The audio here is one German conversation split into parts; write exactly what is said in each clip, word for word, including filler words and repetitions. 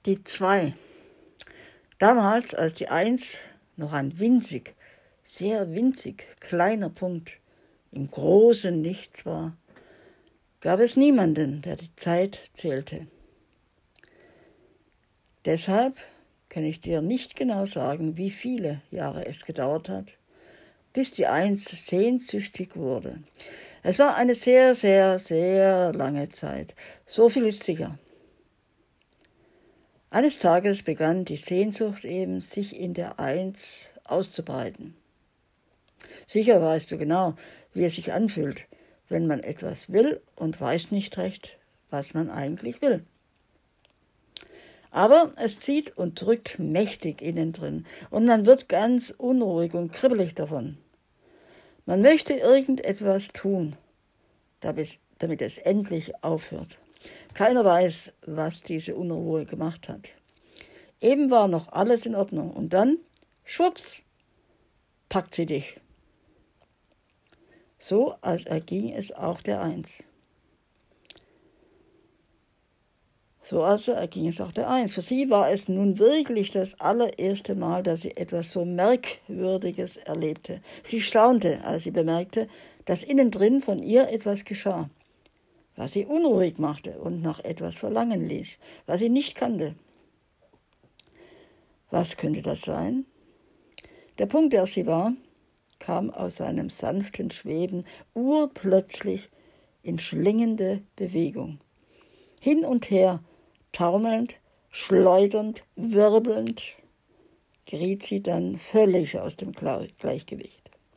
Die zwei. Damals, als die Eins noch ein winzig, sehr winzig kleiner Punkt im großen Nichts war, gab es niemanden, der die Zeit zählte. Deshalb kann ich dir nicht genau sagen, wie viele Jahre es gedauert hat, bis die Eins sehnsüchtig wurde. Es war eine sehr, sehr, sehr lange Zeit. So viel ist sicher. Eines Tages begann die Sehnsucht eben, sich in der Eins auszubreiten. Sicher weißt du genau, wie es sich anfühlt, wenn man etwas will und weiß nicht recht, was man eigentlich will. Aber es zieht und drückt mächtig innen drin und man wird ganz unruhig und kribbelig davon. Man möchte irgendetwas tun, damit es endlich aufhört. Keiner weiß, was diese Unruhe gemacht hat. Eben war noch alles in Ordnung und dann, schwupps, packt sie dich. So als erging es auch der Eins. So also erging es auch der Eins. Für sie war es nun wirklich das allererste Mal, dass sie etwas so Merkwürdiges erlebte. Sie staunte, als sie bemerkte, dass innen drin von ihr etwas geschah, was sie unruhig machte und nach etwas verlangen ließ, was sie nicht kannte. Was könnte das sein? Der Punkt, der sie war, kam aus seinem sanften Schweben urplötzlich in schlingende Bewegung. Hin und her, taumelnd, schleudernd, wirbelnd, geriet sie dann völlig aus dem Gleichgewicht.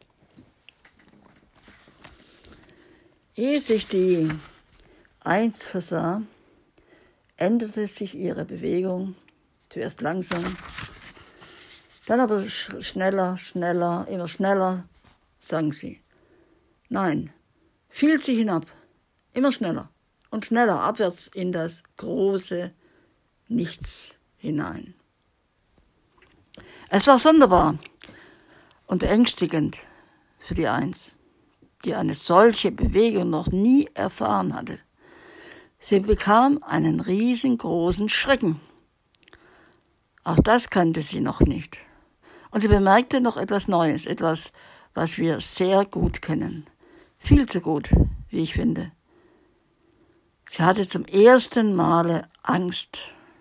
Ehe sich die Eins versah, änderte sich ihre Bewegung, zuerst langsam, dann aber schneller, schneller, immer schneller, sang sie. Nein, fiel sie hinab, immer schneller und schneller abwärts in das große Nichts hinein. Es war sonderbar und beängstigend für die Eins, die eine solche Bewegung noch nie erfahren hatte. Sie bekam einen riesengroßen Schrecken. Auch das kannte sie noch nicht. Und sie bemerkte noch etwas Neues, etwas, was wir sehr gut kennen. Viel zu gut, wie ich finde. Sie hatte zum ersten Male Angst.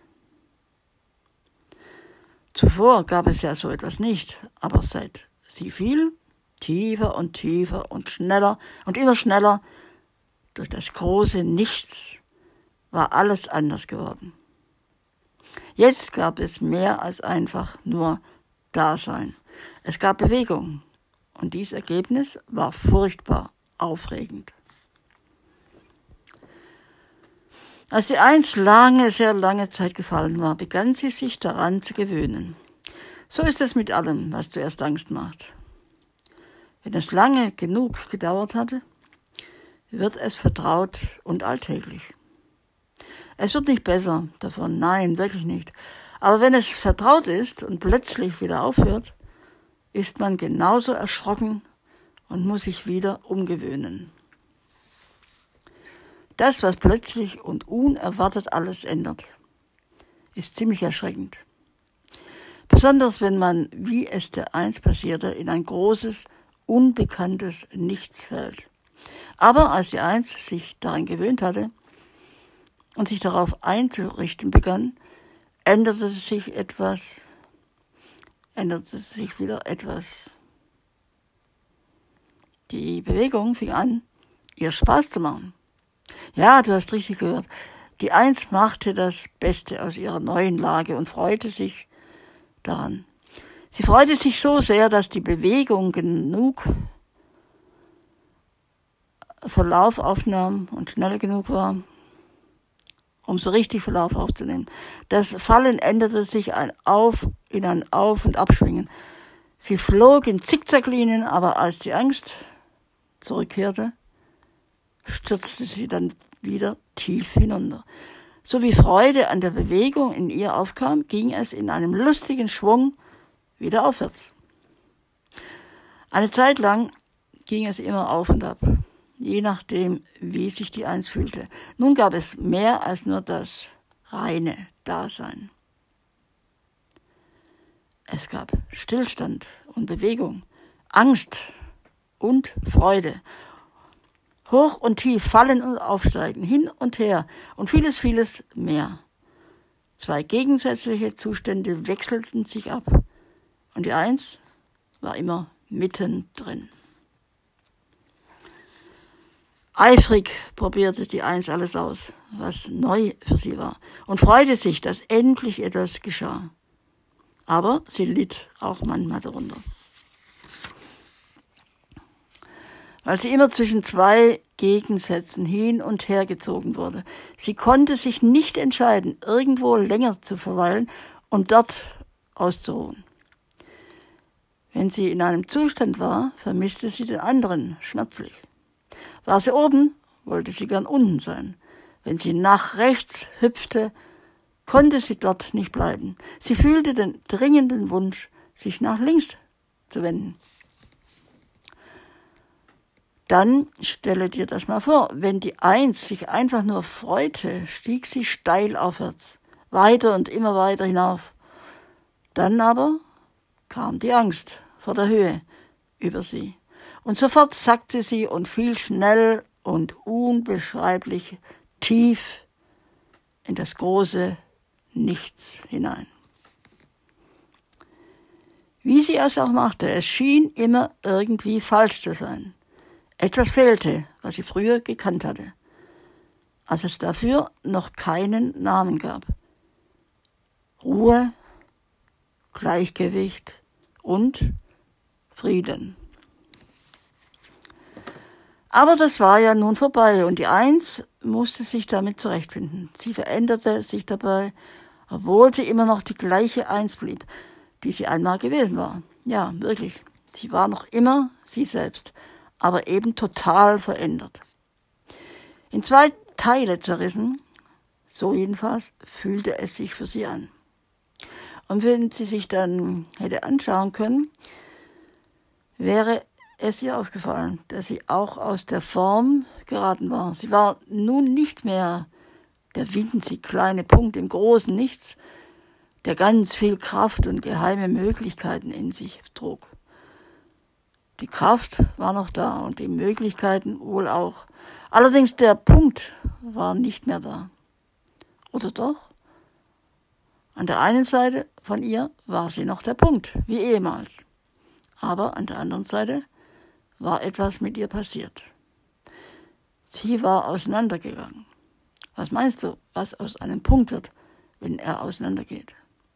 Zuvor gab es ja so etwas nicht, aber seit sie fiel, tiefer und tiefer und schneller und immer schneller, durch das große Nichts, war alles anders geworden. Jetzt gab es mehr als einfach nur Dasein. Es gab Bewegung und dieses Ergebnis war furchtbar aufregend. Als die Eins lange, sehr lange Zeit gefallen war, begann sie sich daran zu gewöhnen. So ist es mit allem, was zuerst Angst macht. Wenn es lange genug gedauert hatte, wird es vertraut und alltäglich. Es wird nicht besser davon, nein, wirklich nicht. Aber wenn es vertraut ist und plötzlich wieder aufhört, ist man genauso erschrocken und muss sich wieder umgewöhnen. Das, was plötzlich und unerwartet alles ändert, ist ziemlich erschreckend. Besonders wenn man, wie es der Eins passierte, in ein großes, unbekanntes Nichts fällt. Aber als die Eins sich daran gewöhnt hatte und sich darauf einzurichten begann, änderte sich etwas, änderte sich wieder etwas. Die Bewegung fing an, ihr Spaß zu machen. Ja, du hast richtig gehört. Die Eins machte das Beste aus ihrer neuen Lage und freute sich daran. Sie freute sich so sehr, dass die Bewegung genug Verlauf aufnahm und schnell genug war, um so richtig Verlauf aufzunehmen. Das Fallen änderte sich ein Auf, in ein Auf- und Abschwingen. Sie flog in Zickzacklinien, aber als die Angst zurückkehrte, stürzte sie dann wieder tief hinunter. So wie Freude an der Bewegung in ihr aufkam, ging es in einem lustigen Schwung wieder aufwärts. Eine Zeit lang ging es immer auf und ab, je nachdem, wie sich die Eins fühlte. Nun gab es mehr als nur das reine Dasein. Es gab Stillstand und Bewegung, Angst und Freude, hoch und tief, fallen und aufsteigen, hin und her und vieles, vieles mehr. Zwei gegensätzliche Zustände wechselten sich ab und die Eins war immer mittendrin. Eifrig probierte die Eins alles aus, was neu für sie war, und freute sich, dass endlich etwas geschah. Aber sie litt auch manchmal darunter. Weil sie immer zwischen zwei Gegensätzen hin und her gezogen wurde. Sie konnte sich nicht entscheiden, irgendwo länger zu verweilen und dort auszuruhen. Wenn sie in einem Zustand war, vermisste sie den anderen schmerzlich. War sie oben, wollte sie gern unten sein. Wenn sie nach rechts hüpfte, konnte sie dort nicht bleiben. Sie fühlte den dringenden Wunsch, sich nach links zu wenden. Dann stelle dir das mal vor, wenn die Eins sich einfach nur freute, stieg sie steil aufwärts, weiter und immer weiter hinauf. Dann aber kam die Angst vor der Höhe über sie. Und sofort sackte sie und fiel schnell und unbeschreiblich tief in das große Nichts hinein. Wie sie es auch machte, es schien immer irgendwie falsch zu sein. Etwas fehlte, was sie früher gekannt hatte, als es dafür noch keinen Namen gab. Ruhe, Gleichgewicht und Frieden. Aber das war ja nun vorbei und die Eins musste sich damit zurechtfinden. Sie veränderte sich dabei, obwohl sie immer noch die gleiche Eins blieb, die sie einmal gewesen war. Ja, wirklich. Sie war noch immer sie selbst, aber eben total verändert. In zwei Teile zerrissen, so jedenfalls fühlte es sich für sie an. Und wenn sie sich dann hätte anschauen können, wäre es ihr aufgefallen, dass sie auch aus der Form geraten war. Sie war nun nicht mehr der winzig kleine Punkt im großen Nichts, der ganz viel Kraft und geheime Möglichkeiten in sich trug. Die Kraft war noch da und die Möglichkeiten wohl auch. Allerdings der Punkt war nicht mehr da. Oder doch? An der einen Seite von ihr war sie noch der Punkt, wie ehemals. Aber an der anderen Seite war etwas mit ihr passiert. Sie war auseinandergegangen. Was meinst du, was aus einem Punkt wird, wenn er auseinandergeht?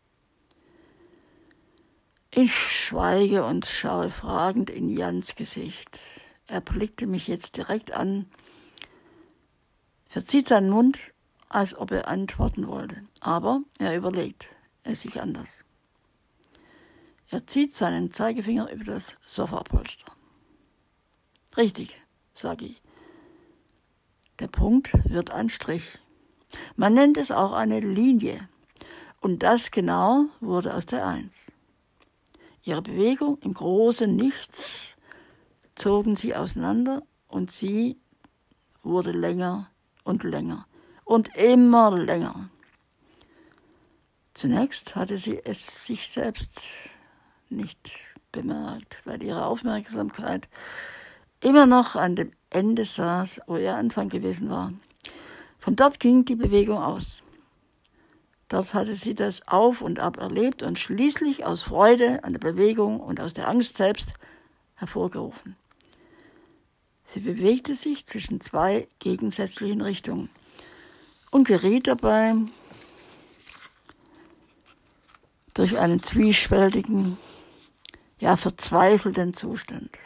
Ich schweige und schaue fragend in Jans Gesicht. Er blickte mich jetzt direkt an, verzieht seinen Mund, als ob er antworten wollte. Aber er überlegt es sich anders. Er zieht seinen Zeigefinger über das Sofapolster. Richtig, sage ich. Der Punkt wird ein Strich. Man nennt es auch eine Linie. Und das genau wurde aus der Eins. Ihre Bewegung im großen Nichts zogen sie auseinander und sie wurde länger und länger und immer länger. Zunächst hatte sie es sich selbst nicht bemerkt, weil ihre Aufmerksamkeit immer noch an dem Ende saß, wo ihr Anfang gewesen war. Von dort ging die Bewegung aus. Dort hatte sie das Auf und Ab erlebt und schließlich aus Freude an der Bewegung und aus der Angst selbst hervorgerufen. Sie bewegte sich zwischen zwei gegensätzlichen Richtungen und geriet dabei durch einen zwiespältigen, ja verzweifelten Zustand.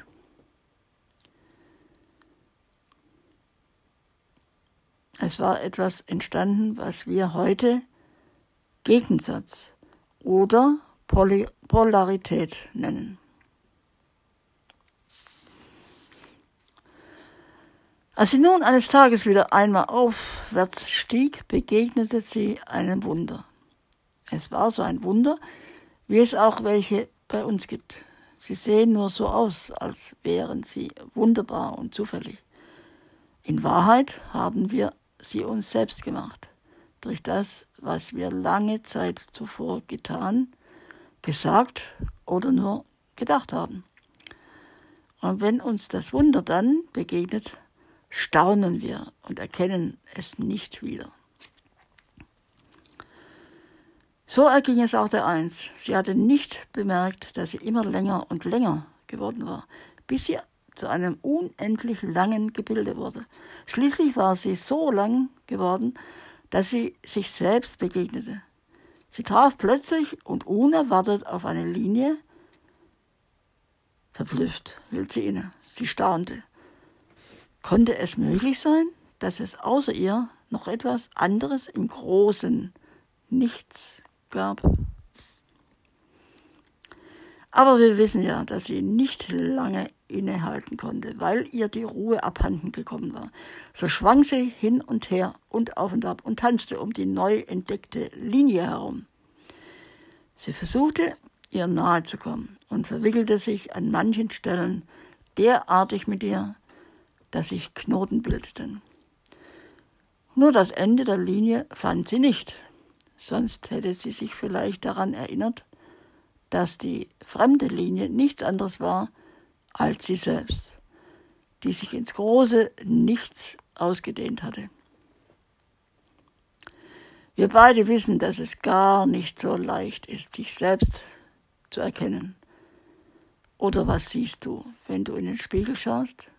Es war etwas entstanden, was wir heute Gegensatz oder Poly- Polarität nennen. Als sie nun eines Tages wieder einmal aufwärts stieg, begegnete sie einem Wunder. Es war so ein Wunder, wie es auch welche bei uns gibt. Sie sehen nur so aus, als wären sie wunderbar und zufällig. In Wahrheit haben wir sie uns selbst gemacht. durch das, was wir lange Zeit zuvor getan, gesagt oder nur gedacht haben. Und wenn uns das Wunder dann begegnet, staunen wir und erkennen es nicht wieder. So erging es auch der Eins. Sie hatte nicht bemerkt, dass sie immer länger und länger geworden war, bis sie zu einem unendlich langen Gebilde wurde. Schließlich war sie so lang geworden, dass sie sich selbst begegnete. Sie traf plötzlich und unerwartet auf eine Linie. Verblüfft hielt sie inne. Sie staunte. Konnte es möglich sein, dass es außer ihr noch etwas anderes im großen Nichts gab? Aber wir wissen ja, dass sie nicht lange innehalten konnte, weil ihr die Ruhe abhanden gekommen war. So schwang sie hin und her und auf und ab und tanzte um die neu entdeckte Linie herum. Sie versuchte, ihr nahe zu kommen und verwickelte sich an manchen Stellen derartig mit ihr, dass sich Knoten bildeten. Nur das Ende der Linie fand sie nicht, sonst hätte sie sich vielleicht daran erinnert, dass die fremde Linie nichts anderes war als sie selbst, die sich ins große Nichts ausgedehnt hatte. Wir beide wissen, dass es gar nicht so leicht ist, sich selbst zu erkennen. Oder was siehst du, wenn du in den Spiegel schaust?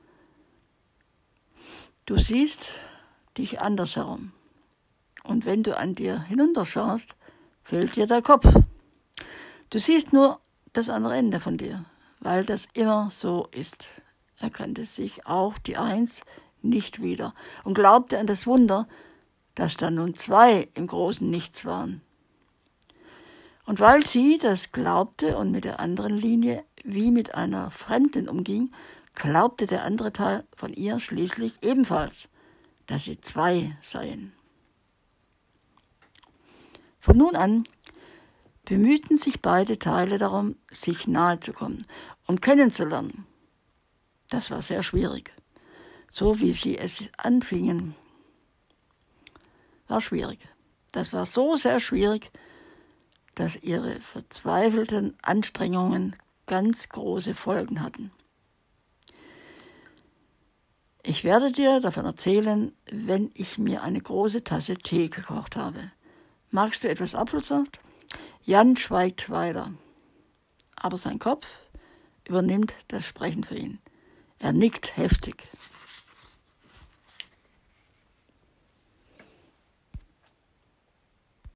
Du siehst dich andersherum. Und wenn du an dir hinunterschaust, fehlt dir der Kopf. Du siehst nur das andere Ende von dir, weil das immer so ist. Erkannte sich auch die Eins nicht wieder und glaubte an das Wunder, dass da nun zwei im großen Nichts waren. Und weil sie das glaubte und mit der anderen Linie wie mit einer Fremden umging, glaubte der andere Teil von ihr schließlich ebenfalls, dass sie zwei seien. Von nun an bemühten sich beide Teile darum, sich nahe zu kommen und kennenzulernen. Das war sehr schwierig. So wie sie es anfingen, war schwierig. Das war so sehr schwierig, dass ihre verzweifelten Anstrengungen ganz große Folgen hatten. Ich werde dir davon erzählen, wenn ich mir eine große Tasse Tee gekocht habe. Magst du etwas Apfelsaft? Jan schweigt weiter, aber sein Kopf übernimmt das Sprechen für ihn. Er nickt heftig.